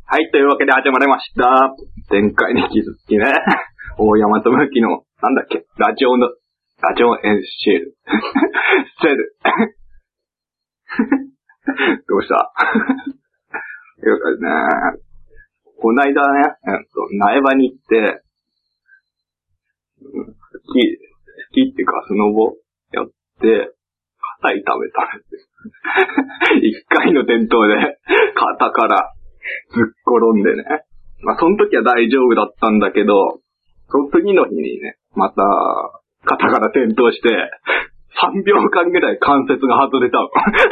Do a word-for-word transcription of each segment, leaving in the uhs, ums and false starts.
はい、というわけで始まりました。前回に引き続きね、大山と向きの、なんだっけ、ラジオの、ラジオエンシェル。セル。どうしたというかね、こないだね、苗場に行って、スキー、スキーっていうかスノボやって、肩痛めたんですよ。一回の転倒で、肩からずっ転んでね。まあ、その時は大丈夫だったんだけど、その次の日にね、また、肩から転倒して、さんびょうかんぐらい関節が外れたの。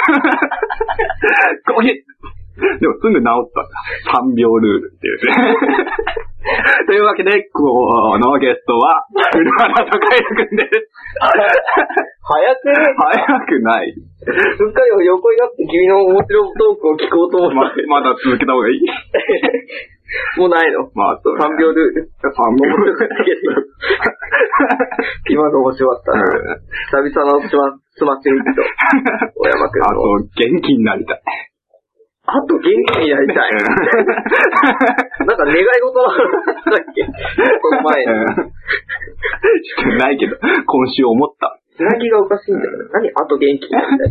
これでもすぐ治った。さんびょうルールっていうね。というわけで、このゲストは、車田孝之くんです。 早く早くない。 すっかり横になって君の面白トークを聞こうと思った。 ま、まだ続けた方がいいもうないの。 まあ、そう、ね。 さんびょうルール。 さんびょうルール。 今の面白かったな。久々のスマスマッチヒット。小山くんの。 あと、元気になりたい。 あと元気になりたい。なんか願い事の話だっけこの前に。 してないけど、今週思った。 つなぎがおかしいんだよ。何あと元気になりたい。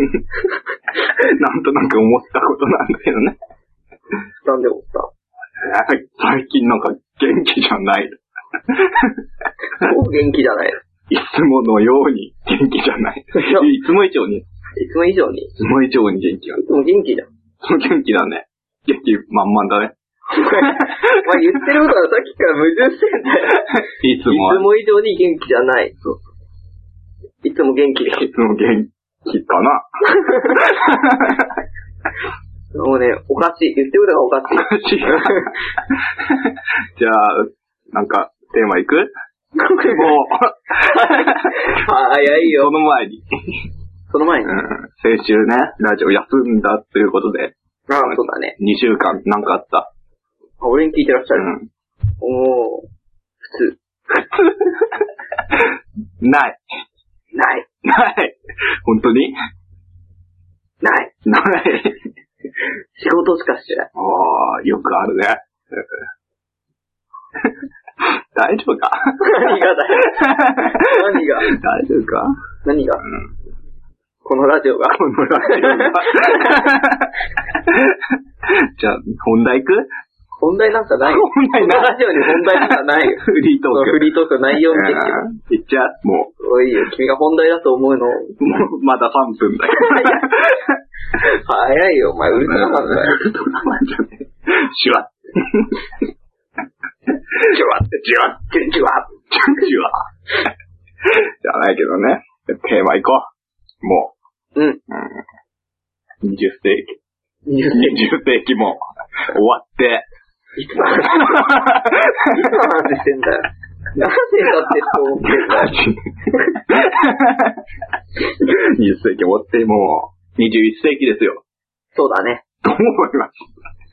なんとなく思ったことなんだけどね。 なんで思った？ 最近なんか元気じゃない。 そう元気じゃない。 いつものように元気じゃない。いつも以上に。 いつも以上に。 いつも以上に元気が。 いつも元気だ。 元気だね。元気満々だね。 まあ言ってることはさっきから矛盾してんだよ。 いつも。 いつも以上に元気じゃない。そう。いつも元気。 いつも元気かな。 もうね、おかしい。言ってることがおかしい。 おかしい。じゃあ、なんか、テーマいく？もう。 早いよ。 その前に。 その前に、 うん、先週ね、ラジオ休んだということで。 ああ、そうだね。 にしゅうかん、なんかあった。 あ、俺に聞いてらっしゃる。 うん、 おー、普通。 普通ない。 ない。 ない。本当にない。 ない。 仕事しかしてない。 ああ、よくあるね。大丈夫か何がだよ。何が大丈夫か何が、うん、このラジオがこのラジオがじゃあ、本題行く本題なんかないよ。 本題ない。 このラジオに本題なんかないよ。 フリートーク。 フリートーク内容見て言っちゃうもう。 おいよ、君が本題だと思うの。もう、まださんぷんだよ。 早いよ、お前、ウルトラマンだよ。 ウルトラマンじゃねえ。シュワッ。シュワッ、シュワッ、シュワッ、シュワッ。じゃないけどね。テーマ行こう。もう。うん。 うん、にじゅっせいき。 にじゅっせいきも終わって。 いつの話いつの話してんだよ。なんでだってそう思ってんだよ。 にじゅっせいき終わって、もう、にじゅういっせいきですよ。 そうだね。 どう思います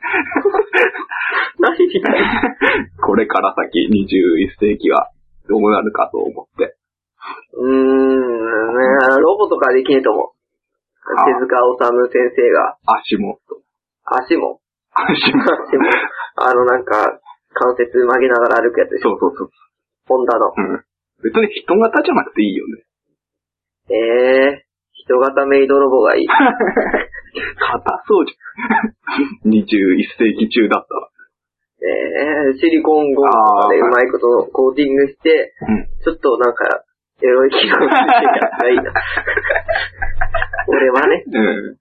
何これから先にじゅういっせいきはどうなるかと思って。 うーん、ね、ロボとかできねえと思う。手塚治虫先生が。 足も。 足も足も。 足も。あのなんか、関節曲げながら歩くやつでしょ。 そうそうそう。 ホンダの。 うん。別に人型じゃなくていいよね。 ええー、人型メイドロボがいい。 硬そうじゃん。にじゅういっせいき中だったら。 ええー、シリコンゴムとかでうまいことコーティングして、うん、ちょっとなんか、エロい気がしてやったらいいな。俺はね。 うん。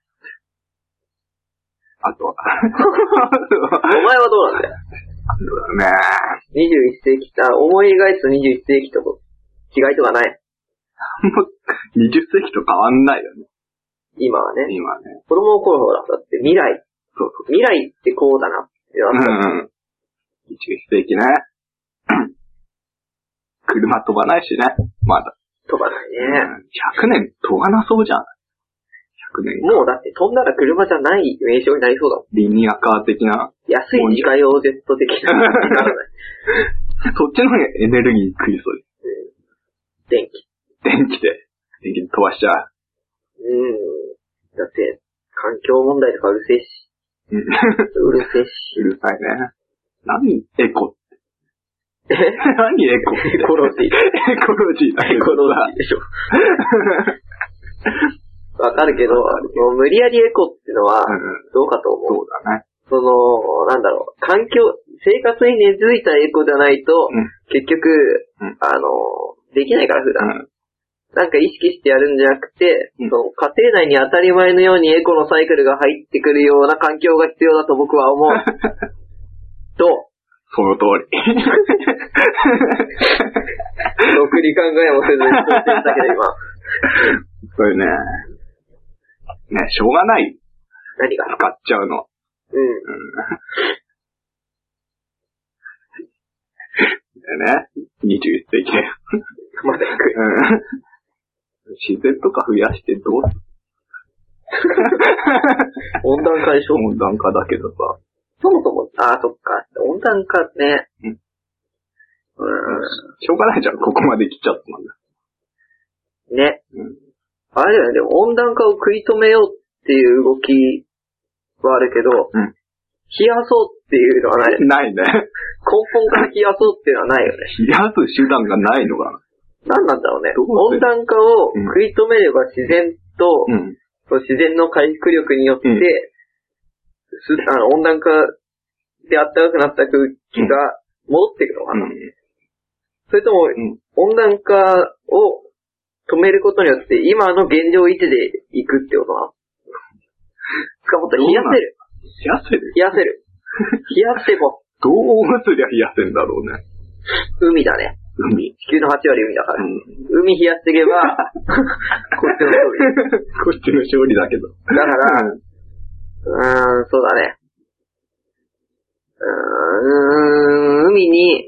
あとは。 お前はどうなんだよ。 そうだね。 にじゅういっせいき、あ、思い描いとにじゅういっせいきと違いとかない？ にじゅっせいきと変わんないよね。 今はね。 今はね。 子供の頃ほら、だって未来。 そうそう。 未来ってこうだなってなった。 うんうん。にじゅういっせいきね。車飛ばないしね。まだ。 飛ばないね。 うん、ひゃくねん飛ばなそうじゃん。ひゃくねん。 もうだって飛んだら車じゃない名称になりそうだもん。 リニアカー的な。 安い自家用ジェット的な。ならない。 そっちの方がエネルギー食いそうです。 電気。 電気で、電気で飛ばしちゃう。 うん。だって、環境問題とかうるせえし。 うるせえし。 うるさいね。何エコって。 え何エコって。 エコロジー。 エコロジーだけど。 エコロジーでしょ。わかるけど、もう無理やりエコってのは、どうかと思う。 そうだね。 その、なんだろう、環境、生活に根付いたエコじゃないと、うん、結局、うん、あの、できないから普段。うん、なんか意識してやるんじゃなくて、うん、その家庭内に当たり前のようにエコのサイクルが入ってくるような環境が必要だと僕は思う。と、 その通り。 ろくに考えもせずに言ってたけど今。 それね、ね、しょうがない。 何が使っちゃうの。 うん。うん、 でね、にじゅういっ世紀で。 まだ行く。 うん。自然とか増やしてどうする温暖化でしょ？ 温暖化だけどさ。 そもそも、ああ、そっか。温暖化ね。うん。うん。 しょうがないじゃん、ここまで来ちゃったもんだ。 ね。うん。あれだよね、でも温暖化を食い止めようっていう動きはあるけど、うん。冷やそうっていうのはない。 ないね。根本から冷やそうっていうのはないよね。 冷やす手段がないのかな。なんなんだろうね。温暖化を食い止めれば自然と、うん、自然の回復力によって、うん、あの温暖化で暖かくなった空気が戻っていくのかな。うん、それとも、うん、温暖化を止めることによって今の現状維持でいくってことなの？つかもっと冷やせる。 冷やせる冷やせる。冷やせば。 どうすりゃ冷やせんだろうね。 海だね。 海。 地球のはち割海だから。うん、海冷やしていけば、こっちの勝利。 こっちの勝利だけど。 だから、うーん、そうだね。うーん、海に、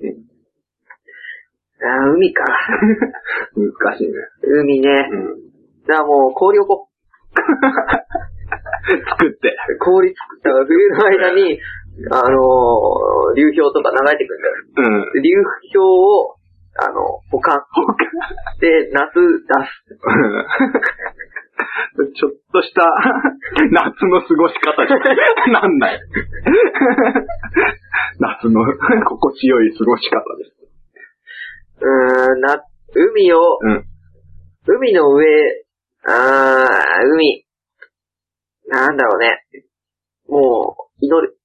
あー海か。 難しいね。 海ね。うん、じゃあもう氷をこう。 作って。 氷作ったら冬の間に、あのー、流氷とか流れてくるんだよ。うん。流氷を、あの、保管。保管で、夏出す。 ちょっとした夏の過ごし方じゃなんない。夏の心地よい過ごし方です。 うーん、な、海を、うん、海の上、あー、海。なんだろうね。もう、祈る。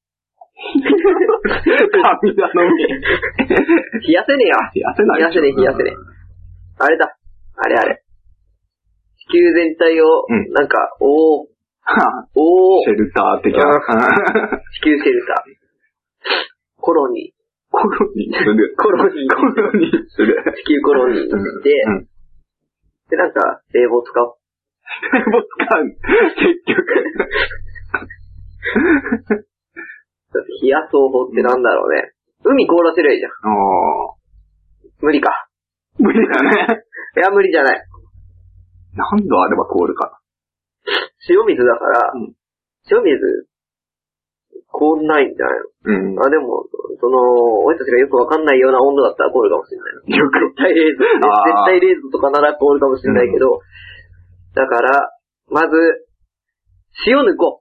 神頼み。 冷やせねえよ。 冷やせない。 冷やせねえ、冷やせねえ。あれだ。あれあれ。地球全体を、なんか、うん、おー、おー。 シェルター的な。 地球シェルター。コロニー。 コロニーする。 コロニー。 コロニーする。 地球コロニーにして、うん、で、なんか、冷房使おう。 冷房使う。結局。 冷やそう法ってなんだろうね。海凍らせりゃいいじゃん。 あ無理か。 無理だね。 いや、無理じゃない。 何度あれば凍るかな。塩水だから、うん、塩水、凍んないんじゃないの？うん。あ、でも、その、俺たちがよくわかんないような温度だったら凍るかもしれない。 よく。 絶対零度、絶対零度とかなら凍るかもしれないけど、うん、だから、まず、塩抜こう。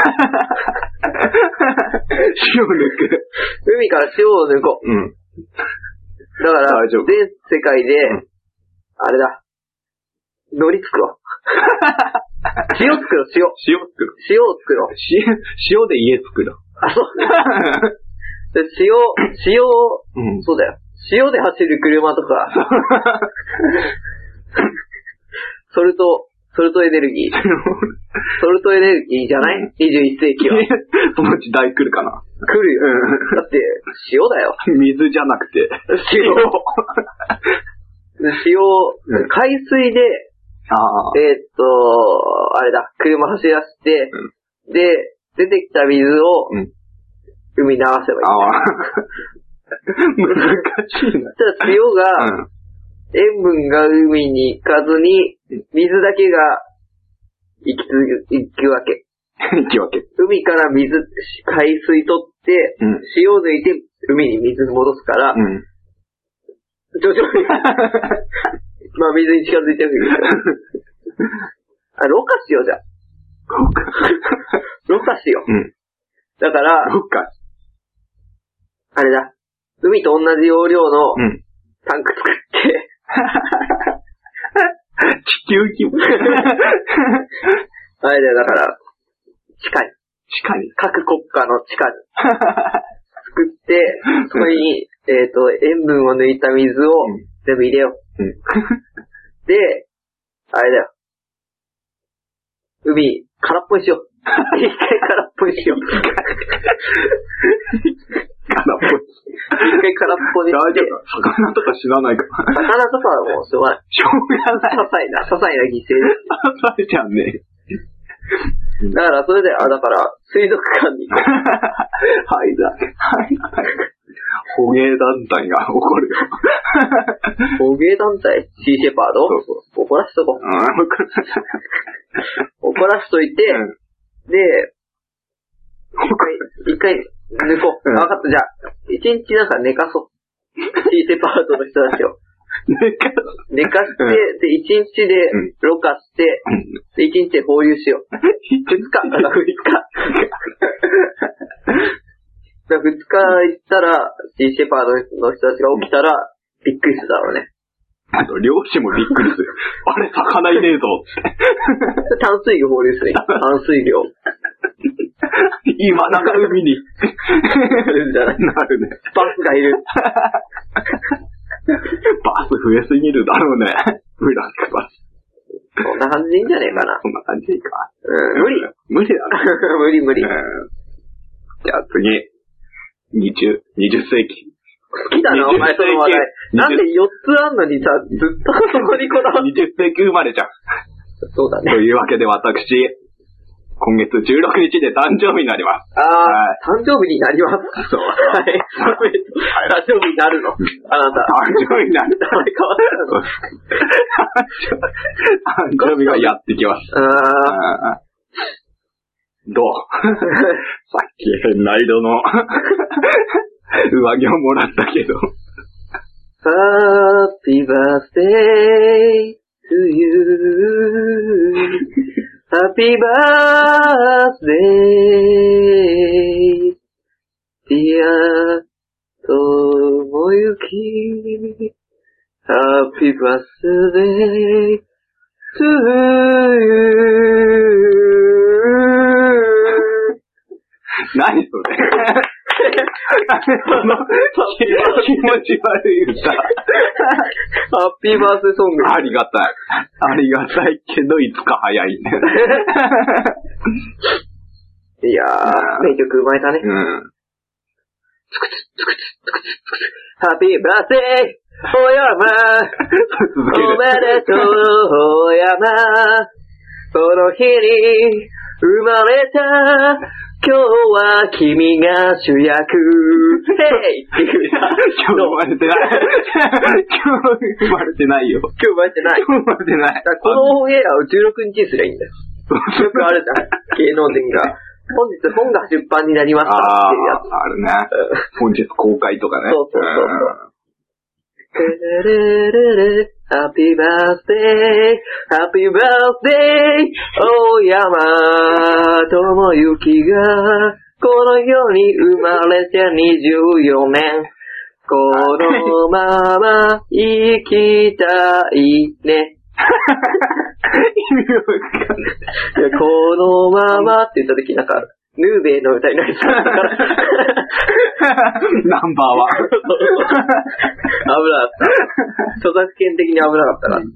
塩抜く。 海から塩を抜こう。うん。だから、全世界で、うん、あれだ。海苔作ろう。塩作ろう、塩。 塩作ろう。 塩を作ろう。 塩、塩で家作ろう。 あ、そう。で塩、塩、うん、そうだよ。塩で走る車とか、ソルト、ソルトエネルギー。ソルトエネルギーじゃない？ にじゅういっ 世紀は。 その時代来るかな？ 来るよ。うん、だって、塩だよ。 水じゃなくて。 塩。塩、うん、海水で、あえー、っと、あれだ、車走らせて、うん、で、出てきた水を、海に流せばいい。あ難しいな。 ただ塩が、うん、塩分が海に行かずに、水だけが行きつ、行くわけ。 行くわけ。 海から水、海水取って、うん、塩抜いて海に水戻すから、うん、徐々に、まあ水に近づいてるけど。あ、ろ過しようじゃん。ろ過しよう。うん。 だから、 どっか。 あれだ。海と同じ容量のタンク作って、 うん、地球規模。 あれだよ、だから、地下に。 地下に各国家の地下に。作って、そこに、えっと、塩分を抜いた水を全部入れよう。うん、で、あれだよ。海、空っぽにしよう。一回空っぽにしよう。空っぽに。一回空っぽにして。大丈夫？ 魚とか死なないか。 魚とかはもうしょうがない。 しょうがない。 些細な、些細な犠牲。 些細じゃんね。 だから、それで、あ、だから、水族館に。 はいだ。はいだ。捕鯨団体が怒るよ。 捕鯨団体？シーシェパード？ そうそう。 怒らしとこう。怒らしといて、うん、で、一回、一回抜こう。うん、分かった、じゃあ、一日なんか寝かそう。シーシェパードの人たちを。 寝か寝かして、うん、で、一日でろ過して、うん、で、一日で放流しよう。二日、だから二日。二日行ったら、シーシェパードの人たちが起きたら、びっくりするだろうね。 あと、漁師もびっくりする。あれ、魚いねえぞって。 淡水魚放流する。淡水魚。 今、なんか海に。 なるんじゃない？ なるね。 バスがいる。 バス増えすぎるだろうね。ブラックバス。 そんな感じでいいんじゃねえかな。 そんな感じでいいか。 うん、無理。 無理だね。 無理無理。 うん、じゃあ次。にじゅう、にじゅっ世紀。 好きだな、お前その話題。なんでよっつあんのにさ、ずっとそこにこだわって。 にじゅっ世紀生まれじゃん。 そうだね。 というわけで私、今月じゅうろくにちで誕生日になります。 ああ、はい、誕生日になります。 そう。はい。誕生日になるの。あなた。 誕生日になる。 あれ変わったの。 誕生日がやってきます。 ああ。 どうさっき変な色の上着をもらったけど。 Happy birthday to you. Happy birthday, dear Tomoyuki. Happy birthday to you. 何それその気持ち悪い歌。 ハッピーバースデーソング。 ありがたい。ありがたいけど、いつか早いね。 いやー、名曲生まれたね。 うん。 つくつ、つくつ、つくつ、つくつ。ハッピーバースデーおやまおめでとうおやまその日に生まれた今日は君が主役。ヘイっていう今日生まれてない。今日生まれてないよ。 今日生まれてない。 今日生まれてない。 このオンエアをじゅうろくにちにすりゃいいんだよ。よくあるじゃん。芸能人が。本日本が出版になりましたっていうやつ。 あるね。本日公開とかね。 そうそうそう。レレレレHappy birthday, happy birthday, 大山智之がこの世に生まれてにじゅうよねん。このまま生きたいね。意味わかんない。このままって言った時なんか、ヌーベイの歌になりそうだから。 ナンバーワン。 危なかった。著作権的に危なかったな。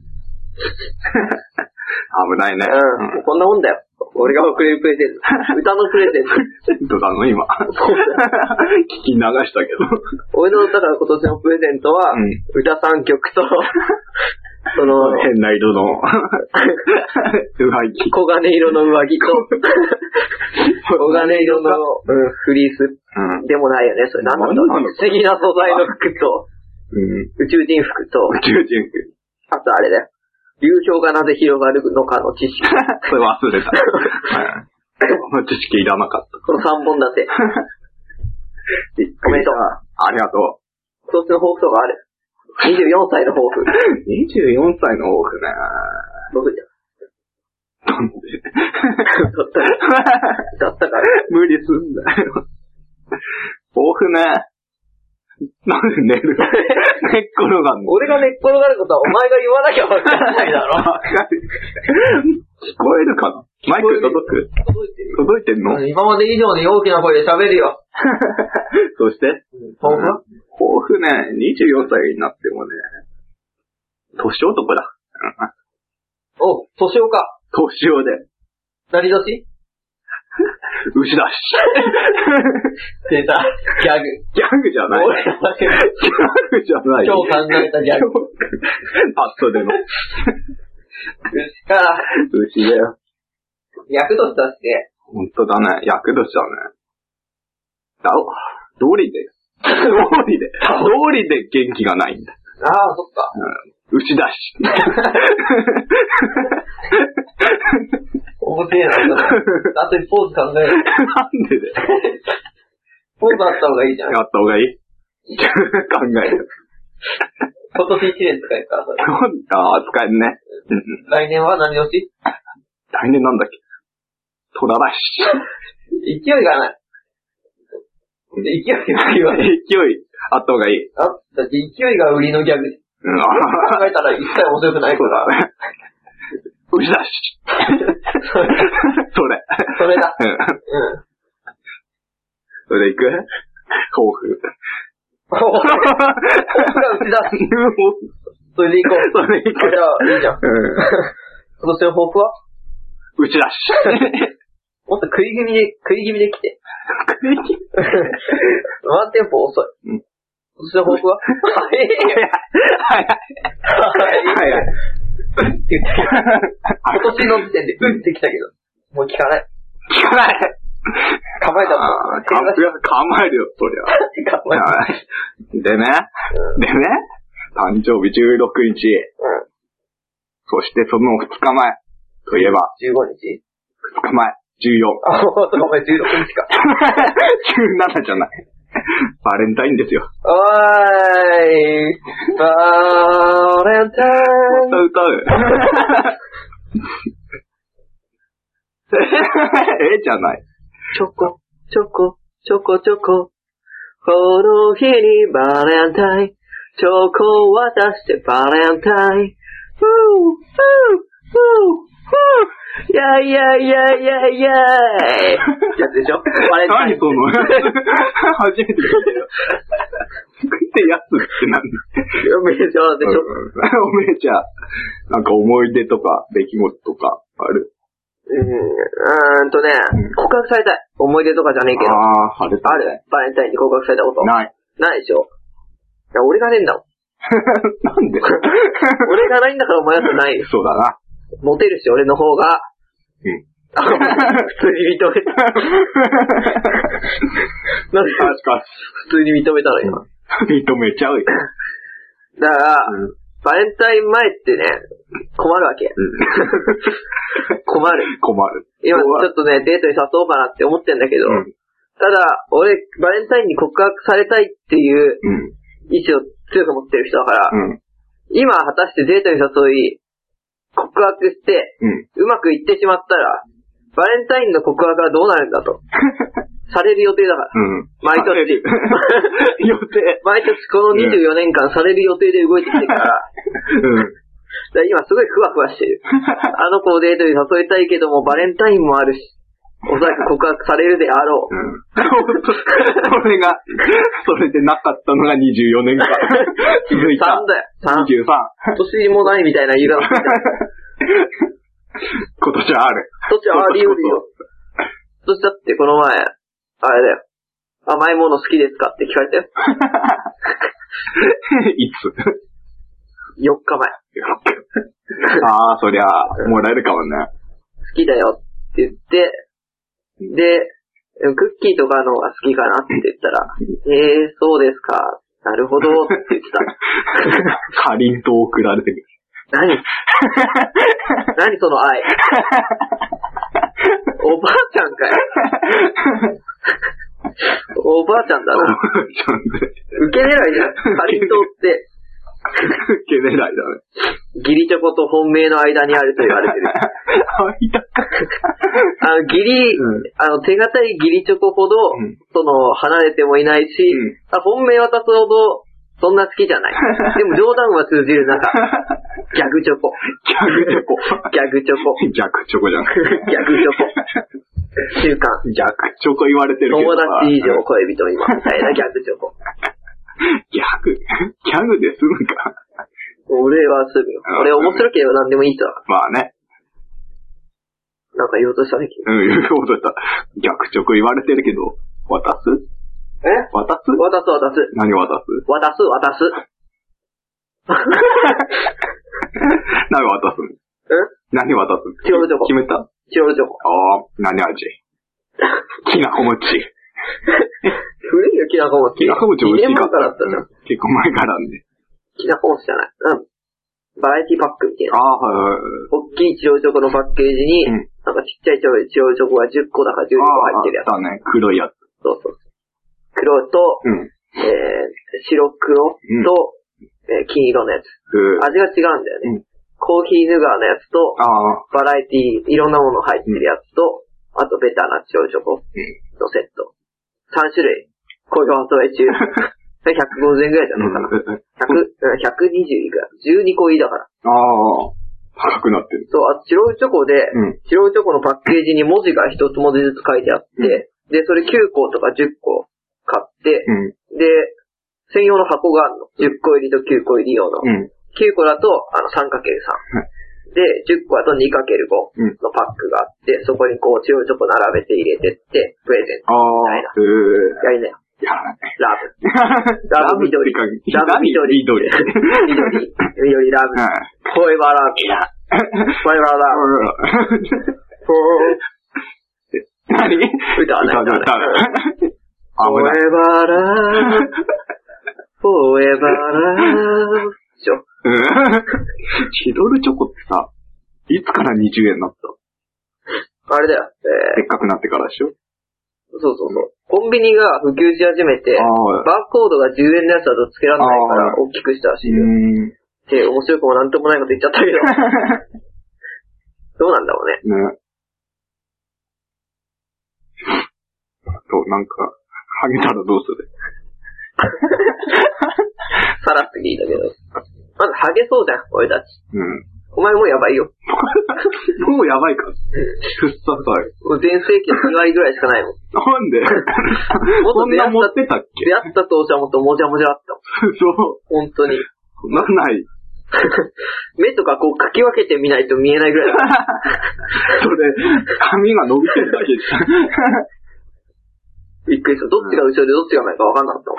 危ないね。 うん。こんなもんだよ。俺が送れるプレゼント。歌のプレゼント。 プレゼントだの、今。聞き流したけど。 俺の、だから今年のプレゼントは、うん、歌さんきょくと、その、 変な色の上着。 黄金色の上着と、黄金色の、うん、フリース。うん、でもないよね。それ何なんだろう。不思議な素材の服と、うん、宇宙人服と、 宇宙人服。 あとあれだよ。流氷がなぜ広がるのかの知識。 それ忘れた。この知識いらなかった。 このさんぼん立て。おめでとう。 ありがとう。 そっちの抱負とかある？にじゅうよんさいの抱負。 にじゅうよんさいの抱負ね。 どうするなんでだっただったから。 無理すんだよ。抱負ね。なんで寝る寝っ転がんの？ 俺が寝っ転がることはお前が言わなきゃわからないだろ。 聞こえるかな？マイク届く？ 届いてる。 届いてんの？ 今まで以上に大きな声で喋るよ。 そして、 抱負は？ 抱負ね、にじゅうよんさいになってもね、年男だ。 お、年男か。 年男で。 何年？ 牛だし。 出た。ギャグ。 ギャグじゃない。 俺だけ。 ギャグじゃない。 今日考えたギャグ。 パッとでの。 牛か。 牛だよ。 役年だって。 ほんとだね。役年だね。だ、道理で。道理で。道理で元気がないんだ。 ああ、そっか。 うん。牛だし。 面白いな。あとにポーズ考える。 なんででポーズあった方がいいじゃん。 あった方がいい考える。 今年一年使えるから、それ。 ああ、使えるね。うん、 来年は何年？ 来年なんだっけ？虎だし。 勢いがない。勢いがいいわ。 勢いあった方がいい。 あ、だって勢いが売りのギャグ。うん、考えたら一切面白くないから。 牛だし。それ。 それだ。 うん。うん。それでいく？抱負。 抱負が牛だし。それでいこう。 それでいく。 じゃあ、いいじゃん。うん。今年の抱負は？ 牛だし。 もっと食い気味で、食い気味で来て。 食い気味ワンテンポ遅い。うん。今年の抱負は？早い。 早い。早い。早い。 うんって言ったけど。今年の時点でうんって来たけど。もう聞かない。 聞かない。 構えたもん。 構えるよ、そりゃ。構える。でね。うん、でね。誕生日じゅうろくにち。うん。そしてそのふつかまえ。といえば。 じゅうごにち？ ふつかまえ。じゅうよん。 あ、そうか、お前じゅうろくにちか。 じゅうななじゃない。バレンタインですよ。 おーい。バレンタイン。 歌う歌う。えじゃない。 チョコ、チョコ、チョコチョコ。この日にバレンタイン。チョコを渡してバレンタイン。ふぅ、ふぅ、ふぅ、ふぅ。いやいやいやいやいやーい。やつでしょ？バレンタイン。 何その初めて聞いたよ。ってやつって何？ おめでとうでしょ？ おめでちゃなんか思い出とか出来事とかある？ うーん、うーんとね、うん、告白されたい。思い出とかじゃねえけど。 ああ、あれだ、ね。 ある？バレンタインに告白されたこと。 ない。 ないでしょ？いや、俺がねえんだもん。 なんで俺がないんだからお前だってない。 そうだな。 モテるし、俺の方が。 うん。 普通に認めた。なんで確か普通に認めたの今。 認めちゃうよ。 だから、うん、バレンタイン前ってね、困るわけ。うん、困る。 困る。 今ちょっとね、デートに誘おうかなって思ってんだけど、うん、ただ、俺、バレンタインに告白されたいっていう意志を強く持ってる人だから、うん、今果たしてデートに誘い、告白して、うん、うまくいってしまったら、バレンタインの告白はどうなるんだと。される予定だから。うん、毎年。 予定。 毎年このにじゅうよねんかんされる予定で動いてきてるから。うん、だから今すごいふわふわしてる。あの子をデートに誘いたいけども、バレンタインもあるし、おそらく告白されるであろう。うん、 それが、それでなかったのがにじゅうよねんかん続いた。 さんだよ。さん。 にじゅうさん。 年もないみたいな言い方してた。 今年はある。 今年はあり得るよ。今年だってこの前、あれだよ。甘いもの好きですかって聞かれたよ。 いつ ? よっかまえ。 ああ、そりゃ、もらえるかもね。 好きだよって言って、で、クッキーとかのが好きかなって言ったら、えー、そうですか。なるほどって言ってた。 かりんとう送られてくる。 何何その愛。おばあちゃんかよ。おばあちゃんだな。受け狙いじゃん。かりんとうって、 毛狙いだね。 ギリチョコと本命の間にあると言われてる。 間か。 あの、ギリ、うん、あの、手堅いギリチョコほど、うん、その、離れてもいないし、うん、本命渡すほど、そんな好きじゃない。でも冗談は通じる中、ギャグチョコ。 ギャグチョコ。 ギャグチョコ。 ギャグチョコじゃん。 ギャグチョコ。習慣。 ギャグチョコ言われてるけど。 友達以上恋人今みたいなギャグチョコ。 ギャグギャグで済むか。 俺は済むよ。俺面白ければ何でもいいと。 まあね。 なんか言おうとしたね。 うん、言おうとした。ギャグチョコ言われてるけど、渡すえ渡す渡す渡す。 何渡す渡す渡す。 何渡すえ何渡すチロルチョコ。 決めたチロルチョコ。 ああ、何味きなこ餅。 古いよ、きなこ餅。 きなこ餅美味しいかった。 にねんまえからあったじゃん。 結構前からね。 きなこ餅じゃない。うん。バラエティパックみたいな。 ああ、はいはいはい。 大きいチロルチョコのパッケージに、うん、なんかちっちゃいチロルチョコがじゅっこだかじゅうにこ入ってるやつ。 ああ、ね。黒いやつ。 そうそう。黒と、うん、えー、白黒と、うんえー、金色のやつ。味が違うんだよね。うん、コーヒーヌガーのやつと、バラエティいろんなもの入ってるやつと、うん、あとベタなチロルチョコのセット。さん種類。好評発売中。ひゃくごじゅうえんぐらいじゃないかな。ひゃく、ひゃくにじゅういくら。じゅうにこ入りだから。 ああ、高くなってる。 そう、あとチロルチョコで、うん、チロルチョコのパッケージに文字が一つ文字ずつ書いてあって、うん、で、それきゅうことかじゅっこ買って、うん、で、専用の箱があるの。じゅっこ入りときゅうこ入り用の。うん、きゅうこだと、あの、さんかけるさん。うん、で、じゅっこだと にかけるご のパックがあって、うん、そこにこう、チロルチョコ並べて入れてって、プレゼントみたいな。やりなよ。 やらない。 ラブ。ラブ緑。ラブ緑。 緑。 緑。緑ラブ。フォーエバーラブ。フォーエバーラブ。フォー。何歌わない。歌わない。フォーエバーラブ。フォーエバーラブ。でしょ。 チロルチョコってさ、いつからにじゅうえんになったあれだよ。 えー、でっかくなってからでしょそうそうそう。コンビニが普及し始めて、バーコードがじゅうえんのやつだとつけられないから大きくしたらしいよ。で、面白くもなんともないこと言っちゃったけど。どうなんだろうね。ね。 そう、なんか、ハゲたらどうするさらっと聞いたけど。まずハゲそうじゃん、俺たち。 うん。 お前もうやばいよ。 もうやばいか。ふっささい。 もう全盛期のにわりぐらいしかないもん。 なんでもっと出会った、持ってたっけ出会った当初はもっともじゃもじゃあったもん。 そう。 本当に。 なんない。 目とかこうかき分けてみないと見えないぐらいだ。 それ、髪が伸びてるだけじゃん。 びっくりした。どっちが後ろでどっちが前か分かんなかったもん。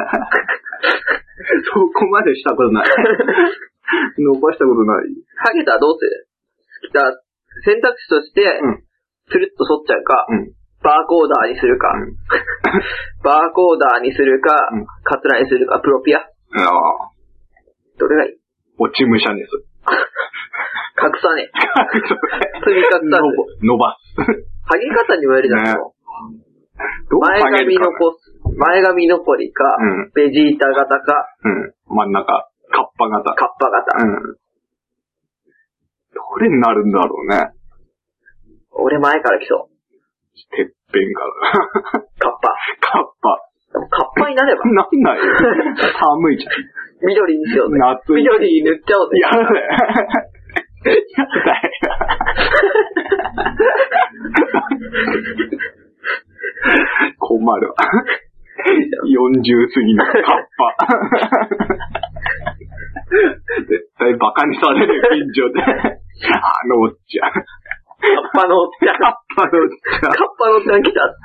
そこまでしたことない。伸ばしたことない。 ハゲたらどうする？選択肢として、うん、つるっと反っちゃうか、うん、バーコーダーにするか、うん、バーコーダーにするか、うん、カツラにするか、プロピア。ああ。どれがいい？ 落ち武者にする。 隠さねえ。積み隠さず。 伸ばす。 ハゲ方にもよるじゃん。ね、前髪残す。前髪残りか、うん、ベジータ型か、 うん、真ん中。カッパ型。 カッパ型。うん。 どれになるんだろうね。 俺前から来そう。 てっぺんから。 カッパ。 カッパ。 でもカッパになれば。 なんないよ。寒いじゃん。 緑にしようぜ。 夏。 緑に塗っちゃおうぜ。 やだよ。やだよ。困るわ。よんじゅう過ぎのカッパ。絶対バカにされるよ、近所で。あのおっちゃん。 カッパのおっちゃん。 カッパのおっちゃん。 カッパのおっちゃん来た。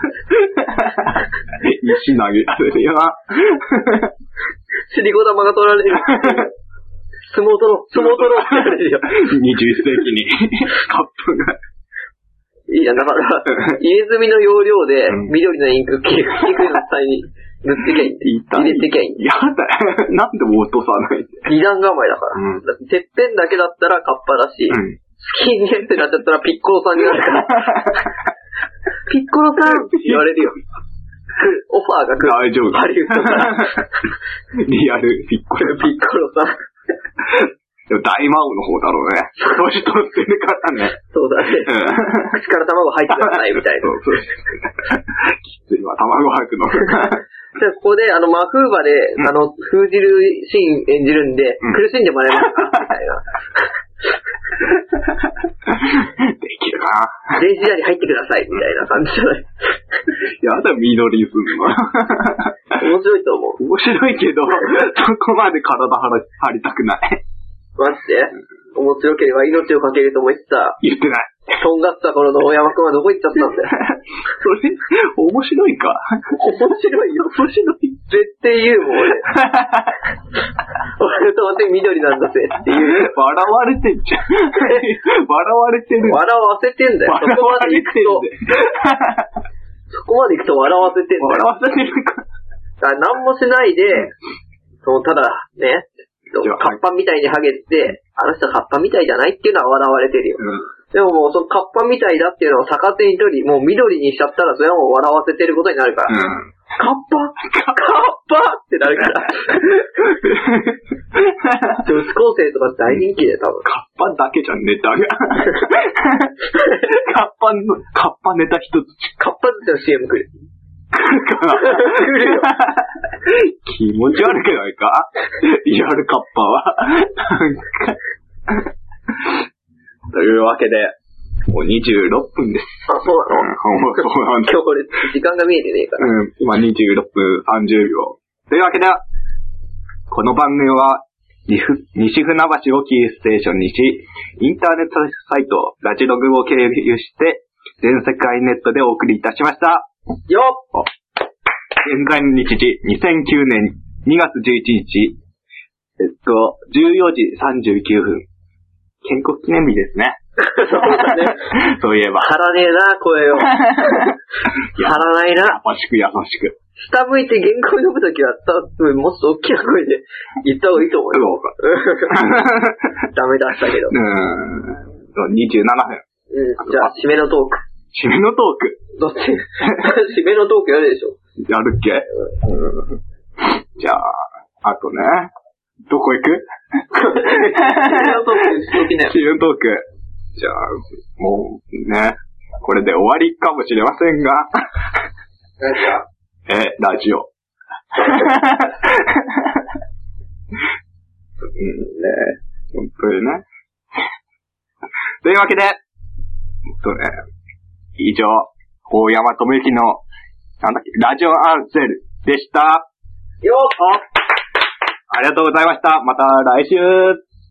石投げられるよな。 尻子玉が取られる。相撲取ろう、相撲取ろうって言われるよ。 にじゅっせいきにカップが。 いいじゃん、だから、入れ墨の要領で、緑のインク、ピンクの下に塗ってきゃいいんで。入れてきゃいいんで。 やだよ。なんで落とさないんで。 二段構えだから。うん、だっててっぺんだけだったらカッパだし、うん、スキンヘッドになっちゃったらピッコロさんになるから。ピッコロさんって言われるよ。オファーが来る。 大丈夫。 ハリウッドから。 リアルピッコロ。 ピッコロさん。 でも大魔王の方だろうね。年取ってるからね。 そうだね。うん、口から卵吐いてくださいみたいな。そうそう。 きついわ、卵吐くの。 じゃあここで、あの、マフーバで、うん、あの、封じるシーン演じるんで、うん、苦しんでもらえますかみたいな。 できるかな。電子ジャーに入ってくださいみたいな感じじゃない。 やだ、緑すんの。 面白いと思う。 面白いけど、そこまで体張りたくない。 マジで面白ければ命をかけるとも言ってた。 言ってない。 とんがった頃の大山くんはどこ行っちゃったんだよ。 それ、面白いか。 面白いよ。面白い。絶対言うもん、俺。俺と私緑なんだぜって言う。 笑われてんじゃん。笑われてる。 笑わせてんだよ。そこまで行くと。そこまで行くと笑わせてんだよ。 笑わせてるか。 だから何もしないで、そのただ、ね、カッパみたいにハゲて、あの人カッパみたいじゃないっていうのは笑われてるよ。うん、でももうそのカッパみたいだっていうのを逆手に取り、もう緑にしちゃったらそれはもう笑わせてることになるから。うん、カッパカッパってなるから。女子高生とか大人気で多分。 カッパだけじゃん、ネタが。カッパの、カッパネタ一つ。 カッパっての シーエム 来る。 来るよ。気持ち悪くないかリアルカッパは。というわけで、もうにじゅうろっぷんです。 あ、そうなの、うん、そうなんだ。今日これ、時間が見えてねえから。 うん、今にじゅうろっぷんさんじゅうびょう。というわけで、この番組は、西船橋をキーステーションにし、インターネットサイト、ラジログを経由して、全世界ネットでお送りいたしました。 よっ現在の日時、にせんきゅうねんにがつじゅういちにち、えっと、じゅうよじさんじゅうきゅうふん。建国記念日ですね。 そうだね。 そういえば。 張らねえな、声を。張らないな。 優しく優しく。 下向いて原稿読むときは、もっと大きな声で言った方がいいと思うよ。ダメ出したけど。 うん。にじゅうななふん。 うん。じゃあ、締めのトーク。 締めのトークどっち締めのトークやるでしょ。 やるっけ、うん、じゃあ、あとね。どこ行く締めのトークしときね。締めのトーク。じゃあ、もうね、これで終わりかもしれませんが。 何ですかえ、ラジオ。うんね、本当にね。というわけで、そうね。以上、大山智之の、なんだっけ、ラジオアンセルでした。 よっありがとうございました。また来週。